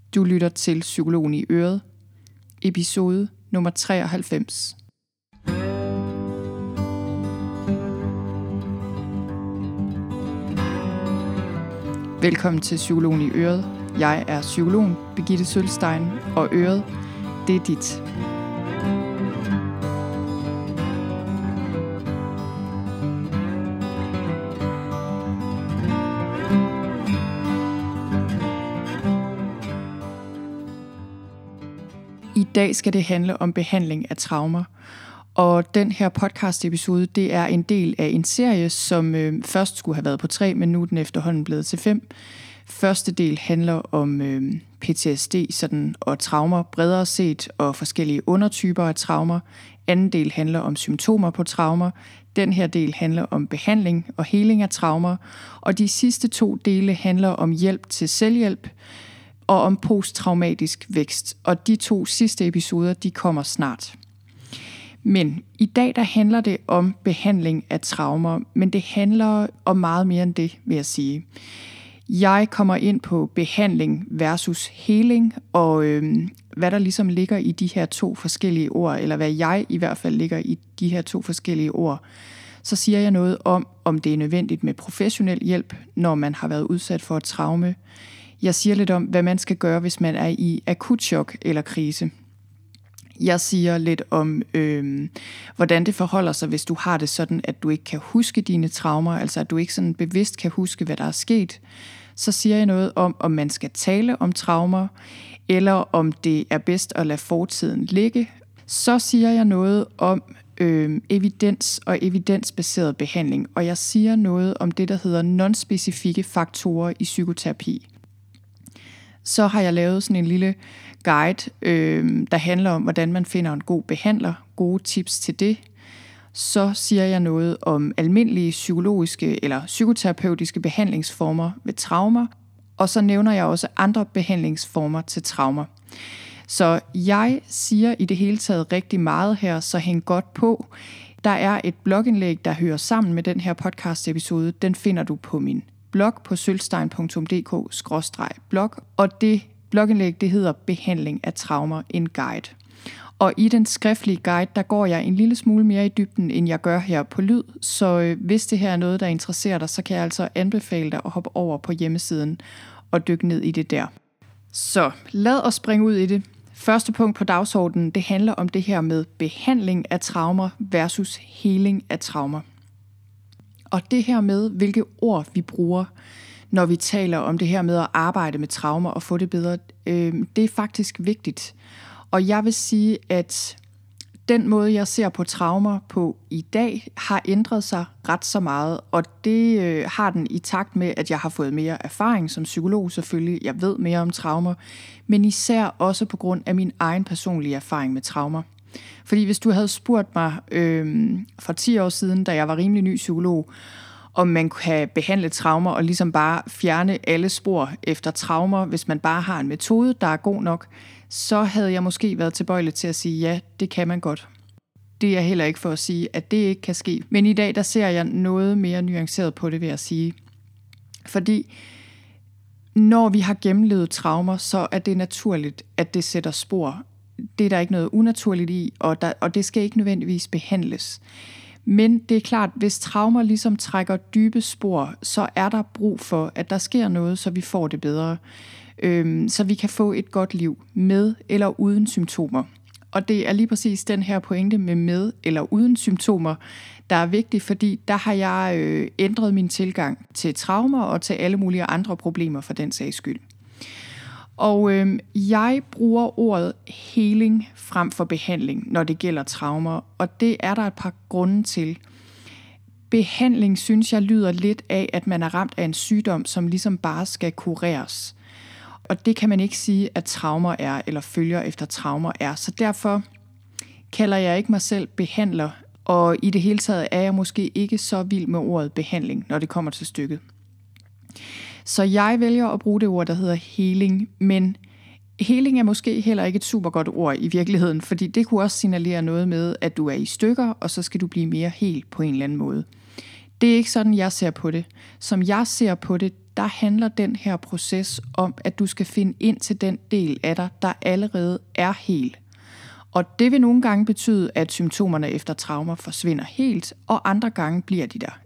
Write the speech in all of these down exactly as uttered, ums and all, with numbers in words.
Du lytter til Psykologen i Øret, episode nummer treoghalvfems. Velkommen til Psykologen i Øret. Jeg er psykologen Birgitte Sølstein, og Øret, det er dit. I dag skal det handle om behandling af traumer, og den her podcast episode, det er en del af en serie, som øh, først skulle have været på tre, men nu er den efterhånden blevet til fem. Første del handler om øh, P T S D sådan, og traumer bredere set, og forskellige undertyper af traumer. Anden del handler om symptomer på traumer. Den her del handler om behandling og heling af traumer, og de sidste to dele handler om hjælp til selvhjælp, og om posttraumatisk vækst, og de to sidste episoder, de kommer snart. Men i dag, der handler det om behandling af traumer, men det handler om meget mere end det, vil jeg sige. Jeg kommer ind på behandling versus heling, og øh, hvad der ligesom ligger i de her to forskellige ord, eller hvad jeg i hvert fald ligger i de her to forskellige ord. Så siger jeg noget om, om det er nødvendigt med professionel hjælp, når man har været udsat for et traume. Jeg siger lidt om, hvad man skal gøre, hvis man er i akut chok eller krise. Jeg siger lidt om, øh, hvordan det forholder sig, hvis du har det sådan, at du ikke kan huske dine traumer, altså at du ikke sådan bevidst kan huske, hvad der er sket. Så siger jeg noget om, om man skal tale om traumer, eller om det er bedst at lade fortiden ligge. Så siger jeg noget om øh, evidens og evidensbaseret behandling, og jeg siger noget om det, der hedder non-specifikke faktorer i psykoterapi. Så har jeg lavet sådan en lille guide, øh, der handler om, hvordan man finder en god behandler, gode tips til det. Så siger jeg noget om almindelige psykologiske eller psykoterapeutiske behandlingsformer ved traumer, og så nævner jeg også andre behandlingsformer til traumer. Så jeg siger i det hele taget rigtig meget her, så hæng godt på. Der er et blogindlæg, der hører sammen med den her podcast episode. Den finder du på min blog på sølstein punktum d k skråstreg blog, og det blogindlæg, det hedder Behandling af traumer, en guide. Og i den skriftlige guide, der går jeg en lille smule mere i dybden, end jeg gør her på lyd, så øh, hvis det her er noget, der interesserer dig, så kan jeg altså anbefale dig at hoppe over på hjemmesiden og dykke ned i det der. Så lad os springe ud i det. Første punkt på dagsordenen, det handler om det her med behandling af traumer versus heling af traumer. Og det her med, hvilke ord vi bruger, når vi taler om det her med at arbejde med traumer og få det bedre, øh, det er faktisk vigtigt. Og jeg vil sige, at den måde, jeg ser på traumer på i dag, har ændret sig ret så meget. Og det øh, har den i takt med, at jeg har fået mere erfaring som psykolog selvfølgelig. Jeg ved mere om traumer, men især også på grund af min egen personlige erfaring med traumer. Fordi hvis du havde spurgt mig øh, for ti år siden, da jeg var rimelig ny psykolog, om man kan behandle traumer og ligesom bare fjerne alle spor efter traumer, hvis man bare har en metode, der er god nok, så havde jeg måske været tilbøjelig til at sige, ja, det kan man godt. Det er heller ikke for at sige, at det ikke kan ske. Men i dag, der ser jeg noget mere nuanceret på det, vil jeg sige. Fordi når vi har gennemlevet traumer, så er det naturligt, at det sætter spor. Det er der ikke noget unaturligt i, og, der, og det skal ikke nødvendigvis behandles. Men det er klart, hvis traumer ligesom trækker dybe spor, så er der brug for, at der sker noget, så vi får det bedre. Øhm, så vi kan få et godt liv med eller uden symptomer. Og det er lige præcis den her pointe med med eller uden symptomer, der er vigtig, fordi der har jeg øh, ændret min tilgang til traumer og til alle mulige andre problemer for den sags skyld. Og øh, jeg bruger ordet heling frem for behandling, når det gælder traumer, og det er der et par grunde til. Behandling synes jeg lyder lidt af, at man er ramt af en sygdom, som ligesom bare skal kureres. Og det kan man ikke sige, at traumer er, eller følger efter traumer er. Så derfor kalder jeg ikke mig selv behandler, og i det hele taget er jeg måske ikke så vild med ordet behandling, når det kommer til stykket. Så jeg vælger at bruge det ord, der hedder heling, men heling er måske heller ikke et super godt ord i virkeligheden, fordi det kunne også signalere noget med, at du er i stykker, og så skal du blive mere hel på en eller anden måde. Det er ikke sådan, jeg ser på det. Som jeg ser på det, der handler den her proces om, at du skal finde ind til den del af dig, der allerede er hel. Og det vil nogle gange betyde, at symptomerne efter traumer forsvinder helt, og andre gange bliver de der.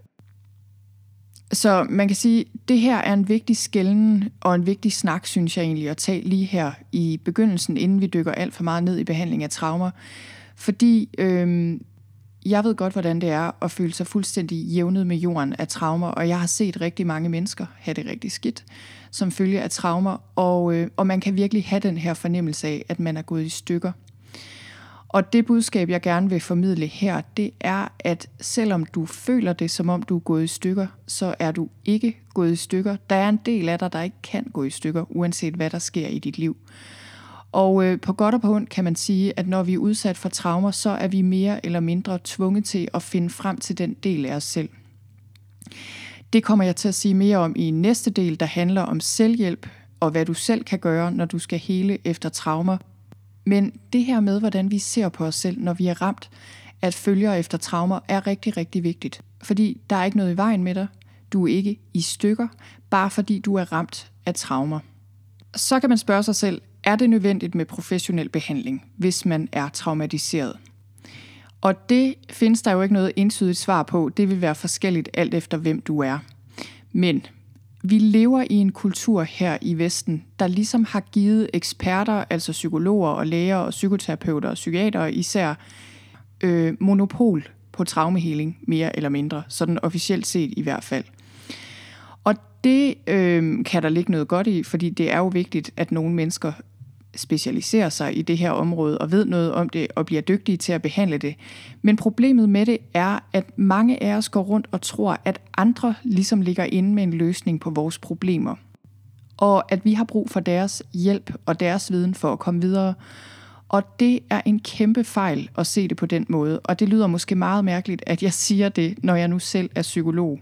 Så man kan sige, at det her er en vigtig skelnen og en vigtig snak, synes jeg egentlig, at tage lige her i begyndelsen, inden vi dykker alt for meget ned i behandling af traumer. Fordi øh, jeg ved godt, hvordan det er at føle sig fuldstændig jævnet med jorden af traumer, og jeg har set rigtig mange mennesker have det rigtig skidt som følge af traumer, og, øh, og man kan virkelig have den her fornemmelse af, at man er gået i stykker. Og det budskab, jeg gerne vil formidle her, det er, at selvom du føler det, som om du er gået i stykker, så er du ikke gået i stykker. Der er en del af dig, der ikke kan gå i stykker, uanset hvad der sker i dit liv. Og øh, på godt og på ondt kan man sige, at når vi er udsat for traumer, så er vi mere eller mindre tvunget til at finde frem til den del af os selv. Det kommer jeg til at sige mere om i næste del, der handler om selvhjælp og hvad du selv kan gøre, når du skal hele efter traumer. Men det her med, hvordan vi ser på os selv, når vi er ramt at følger efter traumer, er rigtig, rigtig vigtigt. Fordi der er ikke noget i vejen med dig. Du er ikke i stykker, bare fordi du er ramt af traumer. Så kan man spørge sig selv, er det nødvendigt med professionel behandling, hvis man er traumatiseret? Og det findes der jo ikke noget entydigt svar på. Det vil være forskelligt alt efter, hvem du er. Men vi lever i en kultur her i Vesten, der ligesom har givet eksperter, altså psykologer og læger og psykoterapeuter og psykiatere især, øh, monopol på traumehealing, mere eller mindre, sådan officielt set i hvert fald. Og det øh, kan der ligge noget godt i, fordi det er jo vigtigt, at nogle mennesker specialiserer sig i det her område og ved noget om det og bliver dygtige til at behandle det. Men problemet med det er, at mange af os går rundt og tror, at andre ligesom ligger inde med en løsning på vores problemer. Og at vi har brug for deres hjælp og deres viden for at komme videre. Og det er en kæmpe fejl at se det på den måde. Og det lyder måske meget mærkeligt, at jeg siger det, når jeg nu selv er psykolog.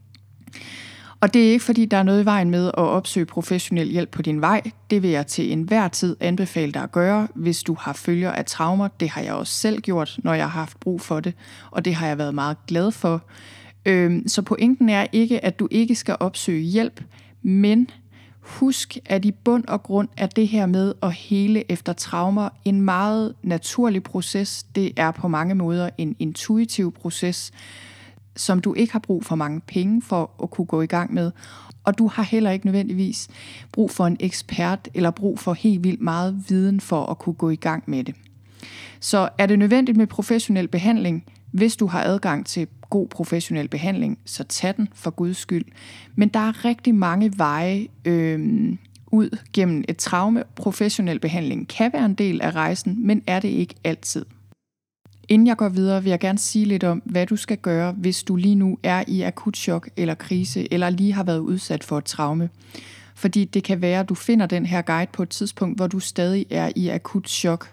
Og det er ikke, fordi der er noget i vejen med at opsøge professionel hjælp på din vej. Det vil jeg til enhver tid anbefale dig at gøre, hvis du har følger af traumer. Det har jeg også selv gjort, når jeg har haft brug for det, og det har jeg været meget glad for. Så pointen er ikke, at du ikke skal opsøge hjælp, men husk, at i bund og grund er det her med at hele efter traumer en meget naturlig proces. Det er på mange måder en intuitiv proces, som du ikke har brug for mange penge for at kunne gå i gang med. Og du har heller ikke nødvendigvis brug for en ekspert eller brug for helt vildt meget viden for at kunne gå i gang med det. Så er det nødvendigt med professionel behandling? Hvis du har adgang til god professionel behandling, så tag den for Guds skyld. Men der er rigtig mange veje øh, ud gennem et traume. Professionel behandling kan være en del af rejsen, men er det ikke altid. Inden jeg går videre, vil jeg gerne sige lidt om, hvad du skal gøre, hvis du lige nu er i akut chok eller krise, eller lige har været udsat for et traume. Fordi det kan være, at du finder den her guide på et tidspunkt, hvor du stadig er i akut chok.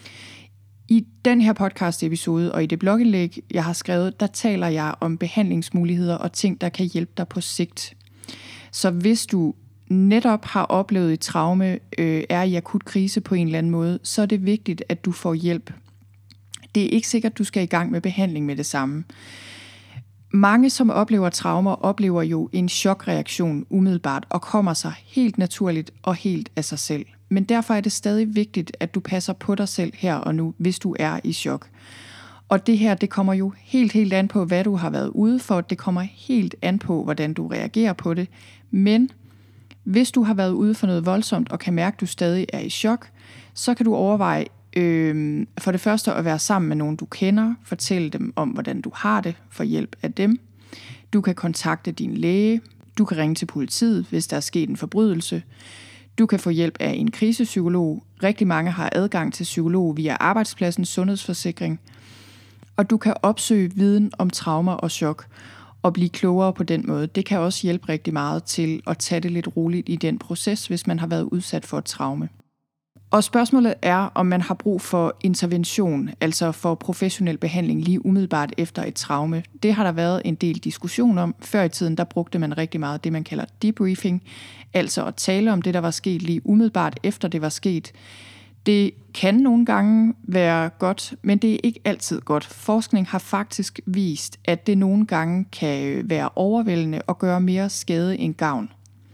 I den her podcast-episode og i det blogindlæg, jeg har skrevet, der taler jeg om behandlingsmuligheder og ting, der kan hjælpe dig på sigt. Så hvis du netop har oplevet et traume, øh, er i akut krise på en eller anden måde, så er det vigtigt, at du får hjælp. Det er ikke sikkert, at du skal i gang med behandling med det samme. Mange, som oplever traumer, oplever jo en chokreaktion umiddelbart og kommer sig helt naturligt og helt af sig selv. Men derfor er det stadig vigtigt, at du passer på dig selv her og nu, hvis du er i chok. Og det her, det kommer jo helt, helt an på, hvad du har været ude for. Det kommer helt an på, hvordan du reagerer på det. Men hvis du har været ude for noget voldsomt og kan mærke, at du stadig er i chok, så kan du overveje, Øh, for det første at være sammen med nogen, du kender, fortælle dem om, hvordan du har det, for hjælp af dem. Du kan kontakte din læge, du kan ringe til politiet, hvis der er sket en forbrydelse. Du kan få hjælp af en krisepsykolog. Rigtig mange har adgang til psykolog via arbejdspladsens sundhedsforsikring. Og du kan opsøge viden om traumer og chok og blive klogere på den måde. Det kan også hjælpe rigtig meget til at tage det lidt roligt i den proces, hvis man har været udsat for et traume. Og spørgsmålet er, om man har brug for intervention, altså for professionel behandling lige umiddelbart efter et traume. Det har der været en del diskussion om. Før i tiden, der brugte man rigtig meget det, man kalder debriefing, altså at tale om det, der var sket lige umiddelbart efter det var sket. Det kan nogle gange være godt, men det er ikke altid godt. Forskning har faktisk vist, at det nogle gange kan være overvældende og gøre mere skade end gavn.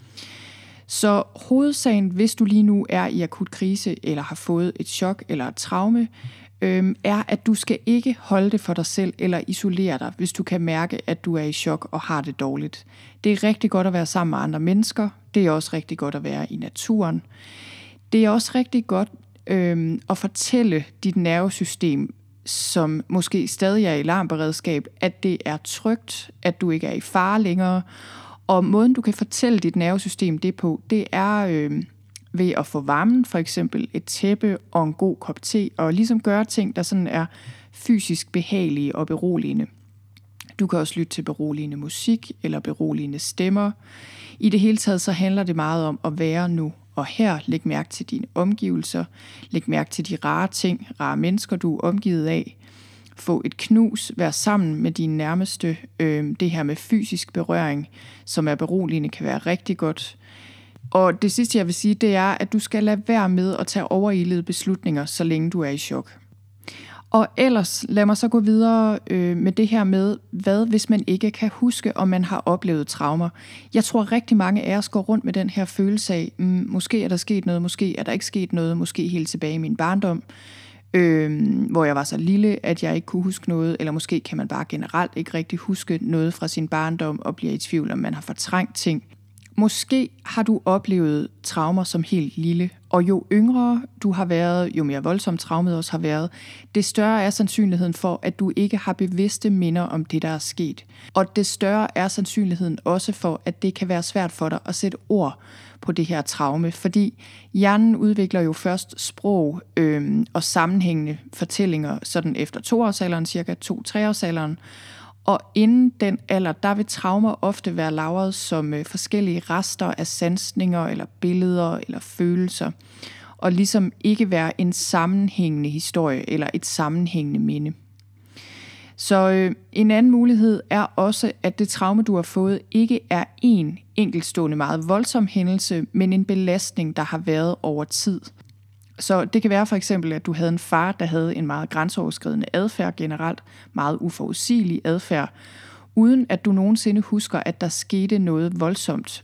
Så hovedsagen, hvis du lige nu er i akut krise, eller har fået et chok eller et traume, øhm, er, at du skal ikke holde det for dig selv eller isolere dig, hvis du kan mærke, at du er i chok og har det dårligt. Det er rigtig godt at være sammen med andre mennesker. Det er også rigtig godt at være i naturen. Det er også rigtig godt øhm, at fortælle dit nervesystem, som måske stadig er i alarmberedskab, at det er trygt, at du ikke er i fare længere. Og måden, du kan fortælle dit nervesystem det på, det er øh, ved at få varmen, for eksempel et tæppe og en god kop te, og ligesom gøre ting, der sådan er fysisk behagelige og beroligende. Du kan også lytte til beroligende musik eller beroligende stemmer. I det hele taget så handler det meget om at være nu og her. Læg mærke til dine omgivelser. Læg mærke til de rare ting, rare mennesker, du er omgivet af. Få et knus, vær sammen med dine nærmeste. Øh, det her med fysisk berøring, som er beroligende, kan være rigtig godt. Og det sidste, jeg vil sige, det er, at du skal lade være med at tage overilede beslutninger, så længe du er i chok. Og ellers, lad mig så gå videre øh, med det her med, hvad hvis man ikke kan huske, om man har oplevet traumer. Jeg tror rigtig mange af os går rundt med den her følelse af, mm, måske er der sket noget, måske er der ikke sket noget, måske helt tilbage i min barndom, øh, hvor jeg var så lille, at jeg ikke kunne huske noget, eller måske kan man bare generelt ikke rigtig huske noget fra sin barndom og bliver i tvivl, om man har fortrængt ting. Måske har du oplevet traumer som helt lille, og jo yngre du har været, jo mere voldsomt traumet også har været, det større er sandsynligheden for, at du ikke har bevidste minder om det, der er sket. Og det større er sandsynligheden også for, at det kan være svært for dig at sætte ord på det her traume, fordi hjernen udvikler jo først sprog øh, og sammenhængende fortællinger sådan efter toårsalderen, cirka to-treårsalderen. Og inden den alder, der vil traumer ofte være lagret som øh, forskellige rester af sansninger eller billeder eller følelser, og ligesom ikke være en sammenhængende historie eller et sammenhængende minde. Så øh, en anden mulighed er også, at det traume, du har fået, ikke er en enkeltstående meget voldsom hændelse, men en belastning, der har været over tid. Så det kan være for eksempel, at du havde en far, der havde en meget grænseoverskridende adfærd generelt, meget uforudsigelig adfærd, uden at du nogensinde husker, at der skete noget voldsomt.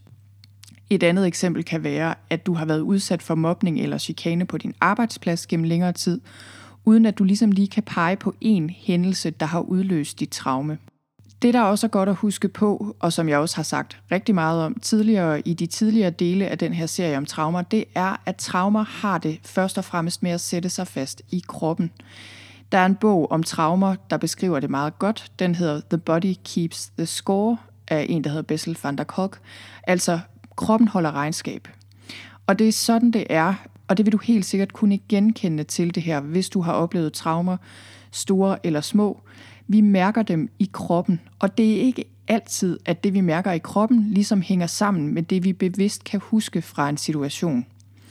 Et andet eksempel kan være, at du har været udsat for mobning eller chikane på din arbejdsplads gennem længere tid, uden at du ligesom lige kan pege på en hændelse, der har udløst dit traume. Det, der også er godt at huske på, og som jeg også har sagt rigtig meget om tidligere i de tidligere dele af den her serie om traumer, det er, at traumer har det først og fremmest med at sætte sig fast i kroppen. Der er en bog om traumer, der beskriver det meget godt. Den hedder The Body Keeps the Score af en, der hedder Bessel van der Kolk. Altså, kroppen holder regnskab. Og det er sådan, det er, og det vil du helt sikkert kunne genkende til det her, hvis du har oplevet traumer, store eller små. Vi mærker dem i kroppen, og det er ikke altid, at det vi mærker i kroppen ligesom hænger sammen med det vi bevidst kan huske fra en situation.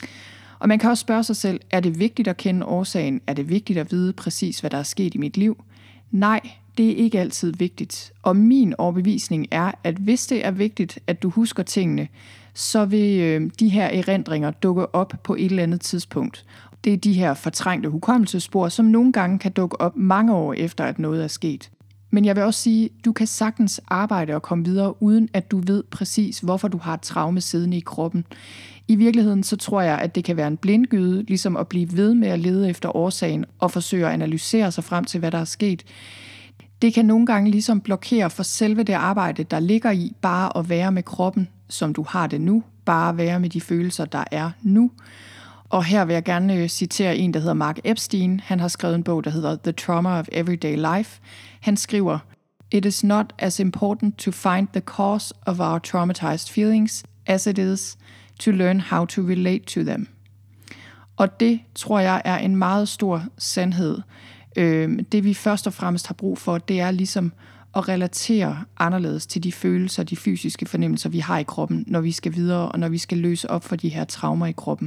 Og man kan også spørge sig selv, er det vigtigt at kende årsagen? Er det vigtigt at vide præcis, hvad der er sket i mit liv? Nej, det er ikke altid vigtigt. Og min overbevisning er, at hvis det er vigtigt, at du husker tingene, så vil øh, de her erindringer dukke op på et eller andet tidspunkt. Det er de her fortrængte hukommelsesspor, som nogle gange kan dukke op mange år efter, at noget er sket. Men jeg vil også sige, at du kan sagtens arbejde og komme videre, uden at du ved præcis, hvorfor du har et traume siddende i kroppen. I virkeligheden så tror jeg, at det kan være en blindgyde, ligesom at blive ved med at lede efter årsagen og forsøge at analysere sig frem til, hvad der er sket. Det kan nogle gange ligesom blokere for selve det arbejde, der ligger i bare at være med kroppen, som du har det nu. Bare være med de følelser, der er nu. Og her vil jeg gerne citere en, der hedder Mark Epstein. Han har skrevet en bog, der hedder The Trauma of Everyday Life. Han skriver, "It is not as important to find the cause of our traumatized feelings as it is to learn how to relate to them." Og det tror jeg er en meget stor sandhed. Det vi først og fremmest har brug for, det er ligesom at relatere anderledes til de følelser, de fysiske fornemmelser, vi har i kroppen, når vi skal videre og når vi skal løse op for de her traumer i kroppen.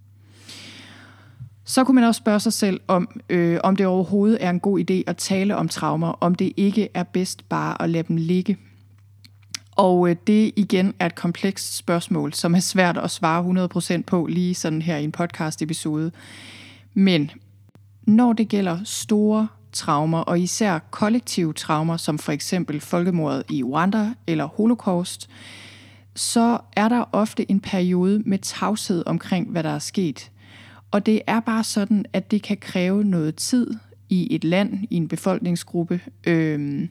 Så kunne man også spørge sig selv, om, øh, om det overhovedet er en god idé at tale om traumer, om det ikke er bedst bare at lade dem ligge. Og øh, det igen er et komplekst spørgsmål, som er svært at svare hundrede procent på lige sådan her i en podcast episode. Men når det gælder store traumer, og især kollektive traumer, som for eksempel folkemordet i Rwanda eller Holocaust, så er der ofte en periode med tavshed omkring, hvad der er sket. Og det er bare sådan, at det kan kræve noget tid i et land, i en befolkningsgruppe, øh,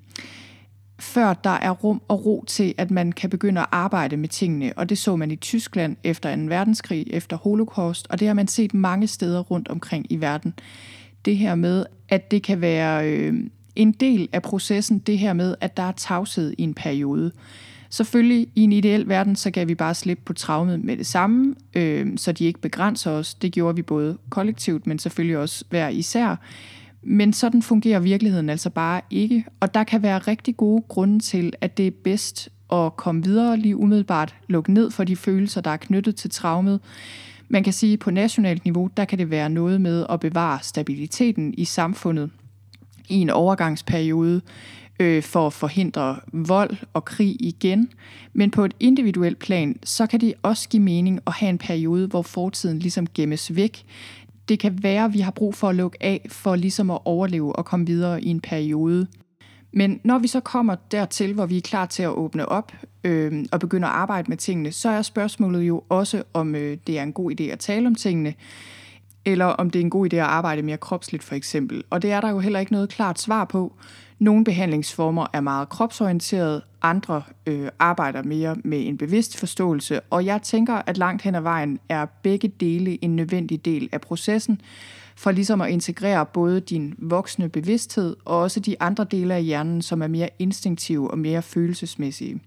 før der er rum og ro til, at man kan begynde at arbejde med tingene. Og det så man i Tyskland efter anden verdenskrig, efter Holocaust, og det har man set mange steder rundt omkring i verden. Det her med, at det kan være øh, en del af processen, det her med, at der er tavshed i en periode. Selvfølgelig i en ideel verden, så gav vi bare slip på traumet med det samme, øh, så de ikke begrænser os. Det gjorde vi både kollektivt, men selvfølgelig også hver især. Men sådan fungerer virkeligheden altså bare ikke, og der kan være rigtig gode grunde til, at det er bedst at komme videre lige umiddelbart, lukke ned for de følelser, der er knyttet til traumet. Man kan sige, at på nationalt niveau, der kan det være noget med at bevare stabiliteten i samfundet i en overgangsperiode øh, for at forhindre vold og krig igen. Men på et individuelt plan, så kan det også give mening at have en periode, hvor fortiden ligesom gemmes væk. Det kan være, at vi har brug for at lukke af, for ligesom at overleve og komme videre i en periode. Men når vi så kommer dertil, hvor vi er klar til at åbne op øh, og begynde at arbejde med tingene, så er spørgsmålet jo også, om øh, det er en god idé at tale om tingene, eller om det er en god idé at arbejde mere kropsligt for eksempel. Og det er der jo heller ikke noget klart svar på. Nogle behandlingsformer er meget kropsorienterede, andre øh, arbejder mere med en bevidst forståelse, og jeg tænker, at langt hen ad vejen er begge dele en nødvendig del af processen, for ligesom at integrere både din voksne bevidsthed og også de andre dele af hjernen, som er mere instinktive og mere følelsesmæssige.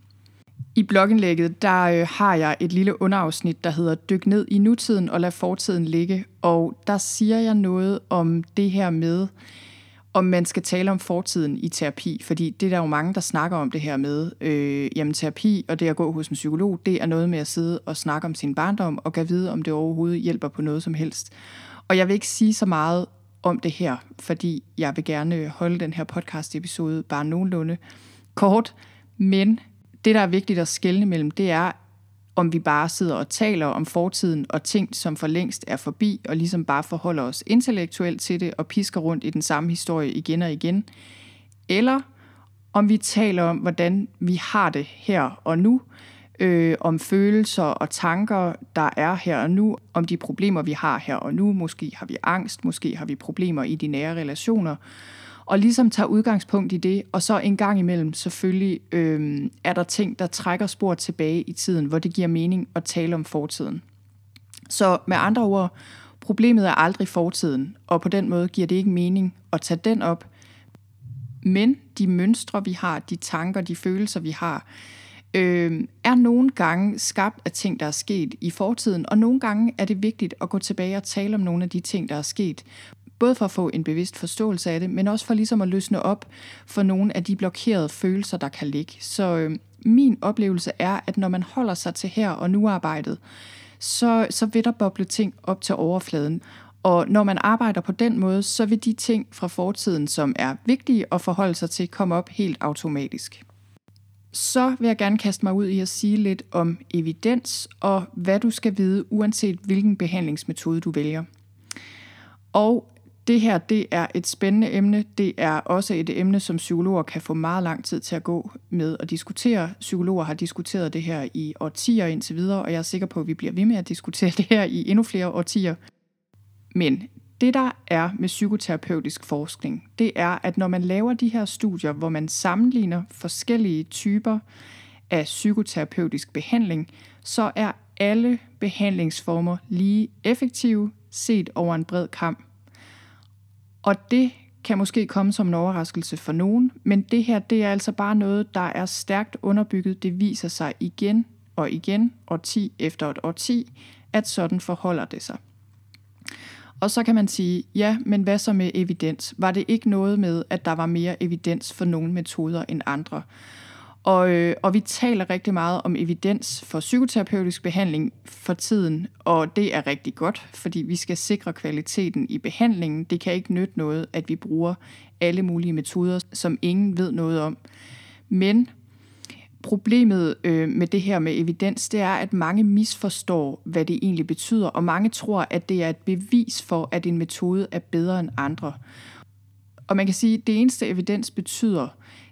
I blogindlægget der øh, har jeg et lille underafsnit, der hedder Dyk ned i nutiden og lad fortiden ligge, og der siger jeg noget om det her med, om man skal tale om fortiden i terapi, fordi det er der jo mange, der snakker om det her med, øh, jamen terapi og det at gå hos en psykolog, det er noget med at sidde og snakke om sin barndom og kan vide, om det overhovedet hjælper på noget som helst. Og jeg vil ikke sige så meget om det her, fordi jeg vil gerne holde den her podcast-episode bare nogenlunde kort, men det, der er vigtigt at skelne mellem, det er, om vi bare sidder og taler om fortiden og ting, som for længst er forbi, og ligesom bare forholder os intellektuelt til det og pisker rundt i den samme historie igen og igen. Eller om vi taler om, hvordan vi har det her og nu, øh, om følelser og tanker, der er her og nu, om de problemer, vi har her og nu. Måske har vi angst, måske har vi problemer i de nære relationer. Og ligesom tager udgangspunkt i det, og så en gang imellem selvfølgelig øh, er der ting, der trækker spor tilbage i tiden, hvor det giver mening at tale om fortiden. Så med andre ord, problemet er aldrig fortiden, og på den måde giver det ikke mening at tage den op. Men de mønstre, vi har, de tanker, de følelser, vi har, øh, er nogle gange skabt af ting, der er sket i fortiden, og nogle gange er det vigtigt at gå tilbage og tale om nogle af de ting, der er sket. Både for at få en bevidst forståelse af det, men også for ligesom at løsne op for nogle af de blokerede følelser, der kan ligge. Så øh, min oplevelse er, at når man holder sig til her og nu arbejdet, så, så vil der boble ting op til overfladen. Og når man arbejder på den måde, så vil de ting fra fortiden, som er vigtige at forholde sig til, komme op helt automatisk. Så vil jeg gerne kaste mig ud i at sige lidt om evidens og hvad du skal vide, uanset hvilken behandlingsmetode du vælger. Og det her, det er et spændende emne. Det er også et emne, som psykologer kan få meget lang tid til at gå med at diskutere. Psykologer har diskuteret det her i årtier indtil videre, og jeg er sikker på, at vi bliver ved med at diskutere det her i endnu flere årtier. Men det, der er med psykoterapeutisk forskning, det er, at når man laver de her studier, hvor man sammenligner forskellige typer af psykoterapeutisk behandling, så er alle behandlingsformer lige effektive set over en bred kam. Og det kan måske komme som en overraskelse for nogen, men det her, det er altså bare noget, der er stærkt underbygget. Det viser sig igen og igen, årti efter et årti, at sådan forholder det sig. Og så kan man sige, ja, men hvad så med evidens? Var det ikke noget med, at der var mere evidens for nogle metoder end andre? Og, øh, og vi taler rigtig meget om evidens for psykoterapeutisk behandling for tiden, og det er rigtig godt, fordi vi skal sikre kvaliteten i behandlingen. Det kan ikke nytte noget, at vi bruger alle mulige metoder, som ingen ved noget om. Men problemet øh, med det her med evidens, det er, at mange misforstår, hvad det egentlig betyder, og mange tror, at det er et bevis for, at en metode er bedre end andre. Og man kan sige, at det eneste evidens betyder,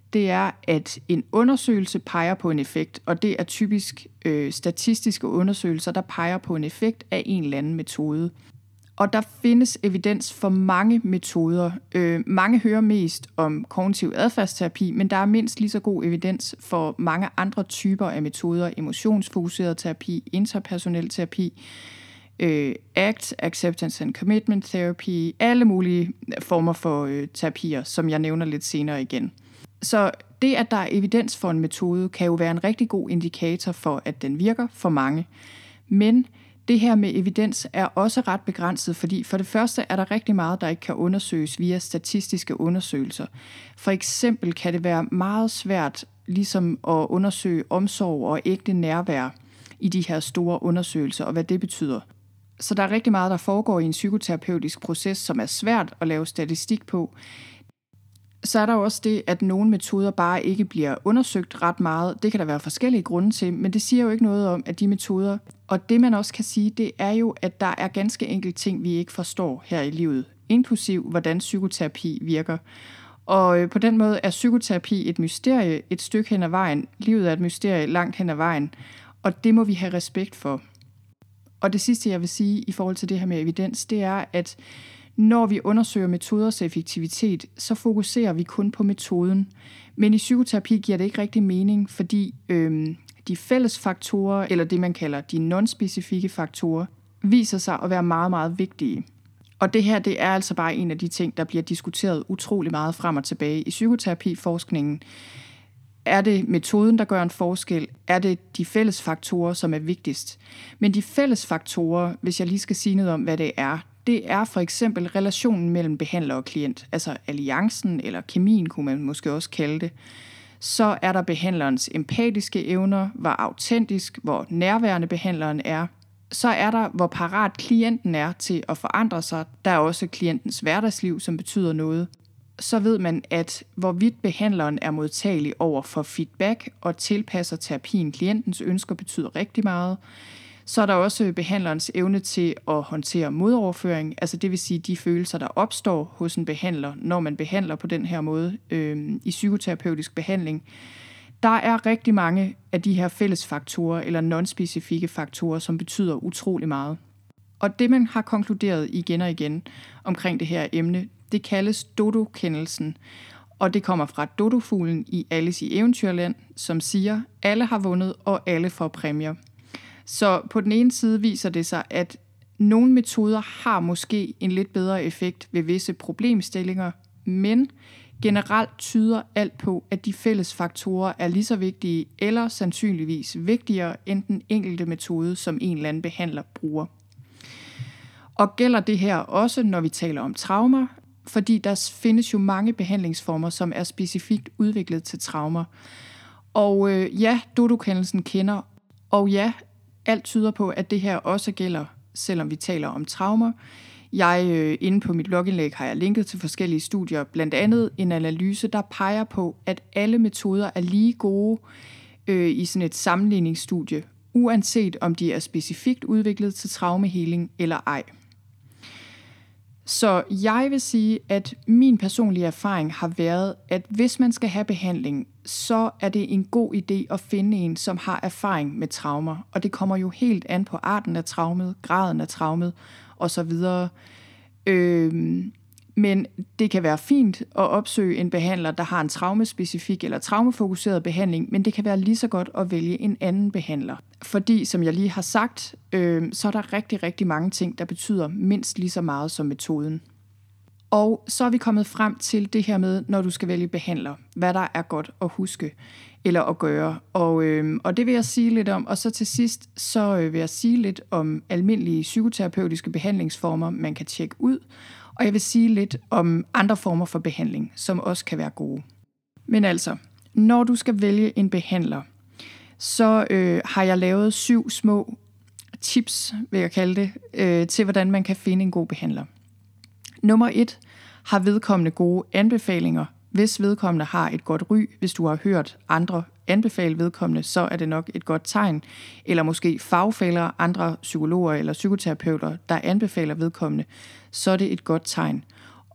det er, at en undersøgelse peger på en effekt, og det er typisk øh, statistiske undersøgelser, der peger på en effekt af en eller anden metode. Og der findes evidens for mange metoder. Øh, mange hører mest om kognitiv adfærdsterapi, men der er mindst lige så god evidens for mange andre typer af metoder. Emotionsfokuseret terapi, interpersonel terapi, øh, A C T, Acceptance and Commitment Therapy, alle mulige former for øh, terapier, som jeg nævner lidt senere igen. Så det, at der er evidens for en metode, kan jo være en rigtig god indikator for, at den virker for mange. Men det her med evidens er også ret begrænset, fordi for det første er der rigtig meget, der ikke kan undersøges via statistiske undersøgelser. For eksempel kan det være meget svært ligesom at undersøge omsorg og ægte nærvær i de her store undersøgelser, og hvad det betyder. Så der er rigtig meget, der foregår i en psykoterapeutisk proces, som er svært at lave statistik på. Så er der også det, at nogle metoder bare ikke bliver undersøgt ret meget. Det kan der være forskellige grunde til, men det siger jo ikke noget om, at de metoder... Og det man også kan sige, det er jo, at der er ganske enkelt ting, vi ikke forstår her i livet, inklusiv hvordan psykoterapi virker. Og på den måde er psykoterapi et mysterie et stykke hen ad vejen. Livet er et mysterie langt hen ad vejen, og det må vi have respekt for. Og det sidste, jeg vil sige i forhold til det her med evidens, det er, at når vi undersøger metoders effektivitet, så fokuserer vi kun på metoden. Men i psykoterapi giver det ikke rigtig mening, fordi øhm, de fælles faktorer, eller det man kalder de non-specifikke faktorer, viser sig at være meget, meget vigtige. Og det her, det er altså bare en af de ting, der bliver diskuteret utrolig meget frem og tilbage i psykoterapiforskningen. Er det metoden, der gør en forskel? Er det de fælles faktorer, som er vigtigst? Men de fælles faktorer, hvis jeg lige skal sige noget om, hvad det er, det er for eksempel relationen mellem behandler og klient, altså alliancen eller kemien, kunne man måske også kalde det. Så er der behandlerens empatiske evner, hvor autentisk, hvor nærværende behandleren er. Så er der, hvor parat klienten er til at forandre sig. Der er også klientens hverdagsliv, som betyder noget. Så ved man, at hvorvidt behandleren er modtagelig over for feedback og tilpasser terapien klientens ønsker, betyder rigtig meget. Så er der også behandlerens evne til at håndtere modoverføring, altså det vil sige de følelser, der opstår hos en behandler, når man behandler på den her måde øh, i psykoterapeutisk behandling. Der er rigtig mange af de her fælles faktorer eller non-specifikke faktorer, som betyder utrolig meget. Og det, man har konkluderet igen og igen omkring det her emne, det kaldes dodo-kendelsen. Og det kommer fra dodofuglen i Alice i Eventyrland, som siger, alle har vundet, og alle får præmier. Så på den ene side viser det sig, at nogle metoder har måske en lidt bedre effekt ved visse problemstillinger, men generelt tyder alt på, at de fælles faktorer er lige så vigtige eller sandsynligvis vigtigere end den enkelte metode, som en eller anden behandler bruger. Og gælder det her også, når vi taler om traumer, fordi der findes jo mange behandlingsformer, som er specifikt udviklet til traumer. Og øh, ja, dodo-kendelsen kender, og ja, alt tyder på, at det her også gælder, selvom vi taler om traumer. Jeg, øh, inde på mit blogindlæg har jeg linket til forskellige studier, blandt andet en analyse, der peger på, at alle metoder er lige gode øh, i sådan et sammenligningsstudie, uanset om de er specifikt udviklet til traumehealing eller ej. Så jeg vil sige, at min personlige erfaring har været, at hvis man skal have behandling, så er det en god idé at finde en, som har erfaring med traumer. Og det kommer jo helt an på arten af traumet, graden af traumet osv. Øhm, men det kan være fint at opsøge en behandler, der har en traumespecifik eller traumefokuseret behandling, men det kan være lige så godt at vælge en anden behandler. Fordi, som jeg lige har sagt, øh, så er der rigtig, rigtig mange ting, der betyder mindst lige så meget som metoden. Og så er vi kommet frem til det her med, når du skal vælge behandler, hvad der er godt at huske eller at gøre. Og, øh, og det vil jeg sige lidt om. Og så til sidst, så øh, vil jeg sige lidt om almindelige psykoterapeutiske behandlingsformer, man kan tjekke ud. Og jeg vil sige lidt om andre former for behandling, som også kan være gode. Men altså, når du skal vælge en behandler, så øh, har jeg lavet syv små tips, vil jeg kalde det, øh, til hvordan man kan finde en god behandler. Nummer et, har vedkommende gode anbefalinger. Hvis vedkommende har et godt ry, hvis du har hørt andre anbefale vedkommende, så er det nok et godt tegn. Eller måske fagfæller, andre psykologer eller psykoterapeuter, der anbefaler vedkommende, så er det et godt tegn.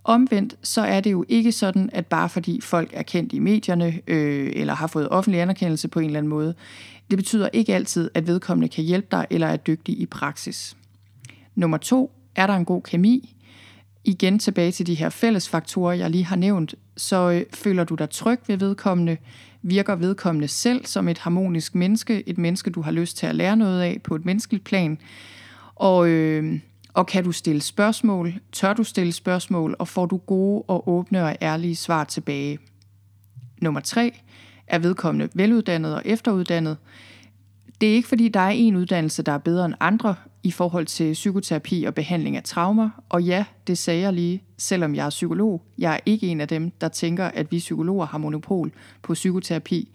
Omvendt så er det jo ikke sådan, at bare fordi folk er kendt i medierne øh, eller har fået offentlig anerkendelse på en eller anden måde, det betyder ikke altid, at vedkommende kan hjælpe dig eller er dygtig i praksis. Nummer to, er der en god kemi? Igen tilbage til de her fælles faktorer, jeg lige har nævnt, så øh, føler du dig tryg ved vedkommende, virker vedkommende selv som et harmonisk menneske, et menneske, du har lyst til at lære noget af på et menneskeligt plan, og, øh, og kan du stille spørgsmål, tør du stille spørgsmål, og får du gode og åbne og ærlige svar tilbage. Nummer tre, er vedkommende veluddannet og efteruddannet. Det er ikke fordi, der er en uddannelse, der er bedre end andre i forhold til psykoterapi og behandling af traumer. Og ja, det sagde jeg lige, selvom jeg er psykolog. Jeg er ikke en af dem, der tænker, at vi psykologer har monopol på psykoterapi.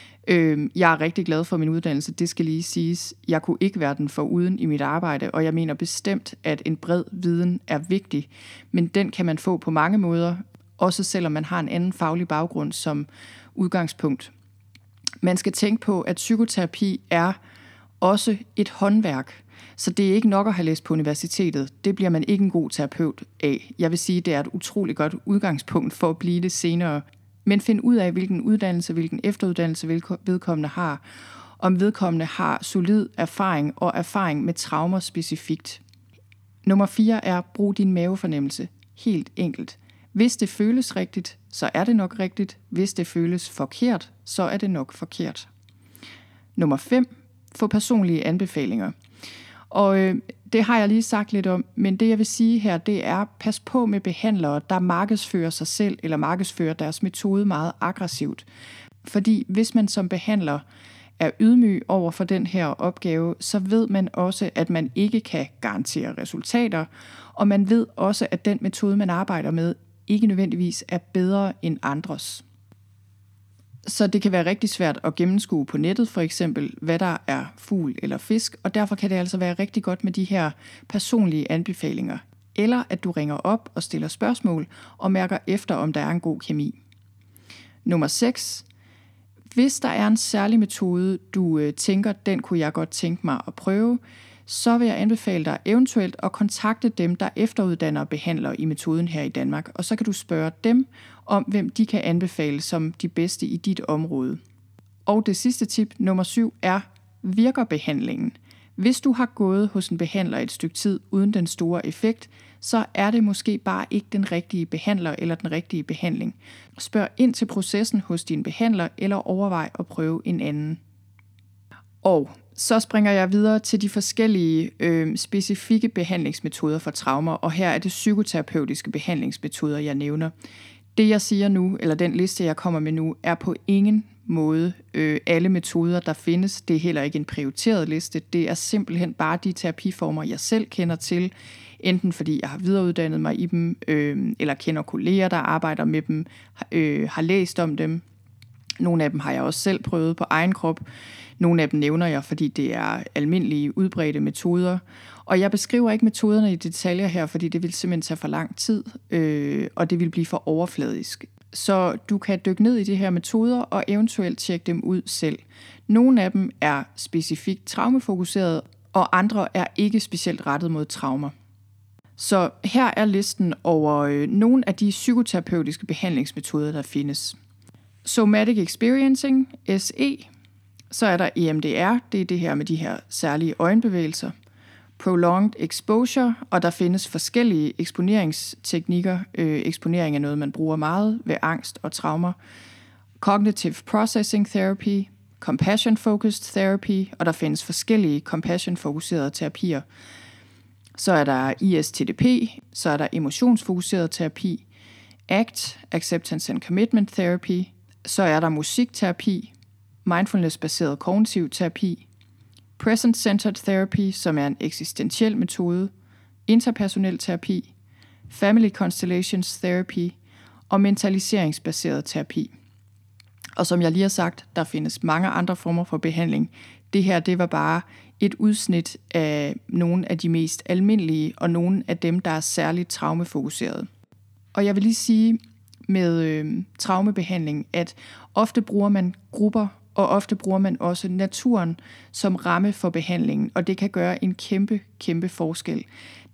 Jeg er rigtig glad for min uddannelse, det skal lige siges. Jeg kunne ikke være den foruden i mit arbejde, og jeg mener bestemt, at en bred viden er vigtig. Men den kan man få på mange måder, også selvom man har en anden faglig baggrund som udgangspunkt. Man skal tænke på, at psykoterapi er også et håndværk. Så det er ikke nok at have læst på universitetet. Det bliver man ikke en god terapeut af. Jeg vil sige, at det er et utroligt godt udgangspunkt for at blive det senere. Men find ud af, hvilken uddannelse, hvilken efteruddannelse vedkommende har. Om vedkommende har solid erfaring og erfaring med traumer specifikt. Nummer fire er, brug din mavefornemmelse. Helt enkelt. Hvis det føles rigtigt, så er det nok rigtigt. Hvis det føles forkert, så er det nok forkert. Nummer fem. Få personlige anbefalinger. Og øh, det har jeg lige sagt lidt om, men det jeg vil sige her, det er, pas på med behandlere, der markedsfører sig selv eller markedsfører deres metode meget aggressivt. Fordi hvis man som behandler er ydmyg over for den her opgave, så ved man også, at man ikke kan garantere resultater, og man ved også, at den metode, man arbejder med, ikke nødvendigvis er bedre end andres. Så det kan være rigtig svært at gennemskue på nettet, for eksempel, hvad der er fugl eller fisk, og derfor kan det altså være rigtig godt med de her personlige anbefalinger. Eller at du ringer op og stiller spørgsmål og mærker efter, om der er en god kemi. Nummer seks. Hvis der er en særlig metode, du øh, tænker, den kunne jeg godt tænke mig at prøve, så vil jeg anbefale dig eventuelt at kontakte dem, der efteruddanner og behandler i metoden her i Danmark. Og så kan du spørge dem om, hvem de kan anbefale som de bedste i dit område. Og det sidste tip, nummer syv, er, virker behandlingen? Hvis du har gået hos en behandler et stykke tid uden den store effekt, så er det måske bare ikke den rigtige behandler eller den rigtige behandling. Spørg ind til processen hos din behandler eller overvej at prøve en anden. Og så springer jeg videre til de forskellige øh, specifikke behandlingsmetoder for traumer, og her er det psykoterapeutiske behandlingsmetoder, jeg nævner. Det jeg siger nu, eller den liste jeg kommer med nu, er på ingen måde øh, alle metoder, der findes. Det er heller ikke en prioriteret liste. Det er simpelthen bare de terapiformer, jeg selv kender til, enten fordi jeg har videreuddannet mig i dem, øh, eller kender kolleger, der arbejder med dem, øh, har læst om dem. Nogle af dem har jeg også selv prøvet på egen krop. Nogle af dem nævner jeg, fordi det er almindelige, udbredte metoder. Og jeg beskriver ikke metoderne i detaljer her, fordi det vil simpelthen tage for lang tid, øh, og det vil blive for overfladisk. Så du kan dykke ned i de her metoder og eventuelt tjekke dem ud selv. Nogle af dem er specifikt traumefokuseret, og andre er ikke specielt rettet mod traumer. Så her er listen over øh, nogle af de psykoterapeutiske behandlingsmetoder, der findes. Somatic Experiencing, S E. Så er der E M D R, det er det her med de her særlige øjenbevægelser. Prolonged Exposure, og der findes forskellige eksponeringsteknikker. Øh, eksponering er noget, man bruger meget ved angst og traumer. Cognitive Processing Therapy, Compassion Focused Therapy, og der findes forskellige compassion-fokuserede terapier. Så er der I S T D P, så er der emotionsfokuseret terapi, A C T, Acceptance and Commitment Therapy, så er der musikterapi, mindfulness-baseret kognitiv terapi, present-centered therapy, som er en eksistentiel metode, interpersonel terapi, family constellations therapy og mentaliseringsbaseret terapi. Og som jeg lige har sagt, der findes mange andre former for behandling. Det her, det var bare et udsnit af nogle af de mest almindelige og nogle af dem, der er særligt traumefokuserede. Og jeg vil lige sige med øh, traumebehandling, at ofte bruger man grupper, og ofte bruger man også naturen som ramme for behandlingen, og det kan gøre en kæmpe, kæmpe forskel.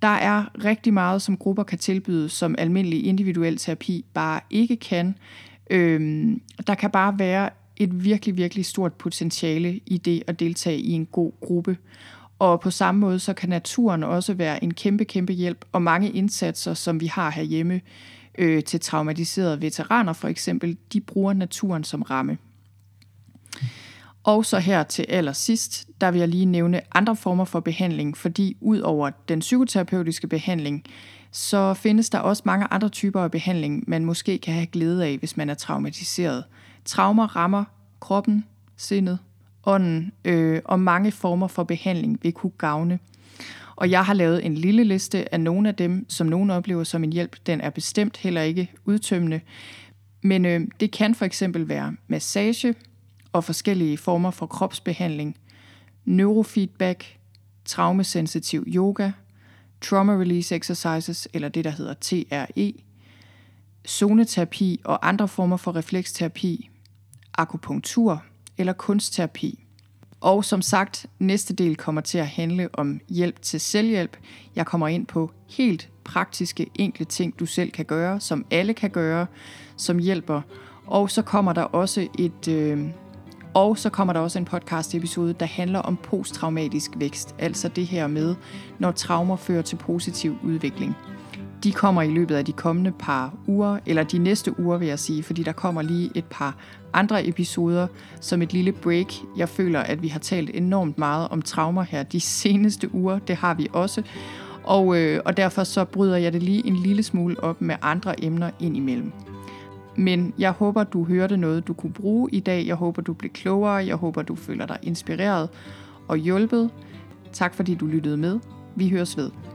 Der er rigtig meget, som grupper kan tilbyde, som almindelig individuel terapi bare ikke kan. Øhm, der kan bare være et virkelig, virkelig stort potentiale i det at deltage i en god gruppe. Og på samme måde, så kan naturen også være en kæmpe, kæmpe hjælp, og mange indsatser, som vi har herhjemme øh, til traumatiserede veteraner for eksempel, de bruger naturen som ramme. Og så her til allersidst, der vil jeg lige nævne andre former for behandling, fordi ud over den psykoterapeutiske behandling, så findes der også mange andre typer af behandling, man måske kan have glæde af, hvis man er traumatiseret. Traumer rammer kroppen, sindet, ånden, øh, og mange former for behandling vil kunne gavne. Og jeg har lavet en lille liste af nogle af dem, som nogen oplever som en hjælp. Den er bestemt heller ikke udtømmende, men øh, det kan for eksempel være massage og forskellige former for kropsbehandling, neurofeedback, traumasensitiv yoga, trauma release exercises, eller det der hedder T R E, zoneterapi og andre former for refleksterapi, akupunktur eller kunstterapi. Og som sagt, næste del kommer til at handle om hjælp til selvhjælp. Jeg kommer ind på helt praktiske, enkle ting, du selv kan gøre, som alle kan gøre, som hjælper. Og så kommer der også et... Øh, Og så kommer der også en podcast-episode, der handler om posttraumatisk vækst, altså det her med, når traumer fører til positiv udvikling. De kommer i løbet af de kommende par uger, eller de næste uger vil jeg sige, fordi der kommer lige et par andre episoder som et lille break. Jeg føler, at vi har talt enormt meget om traumer her de seneste uger, det har vi også. Og, øh, og derfor så bryder jeg det lige en lille smule op med andre emner indimellem. Men jeg håber, du hørte noget, du kunne bruge i dag. Jeg håber, du blev klogere. Jeg håber, du føler dig inspireret og hjulpet. Tak fordi du lyttede med. Vi høres ved.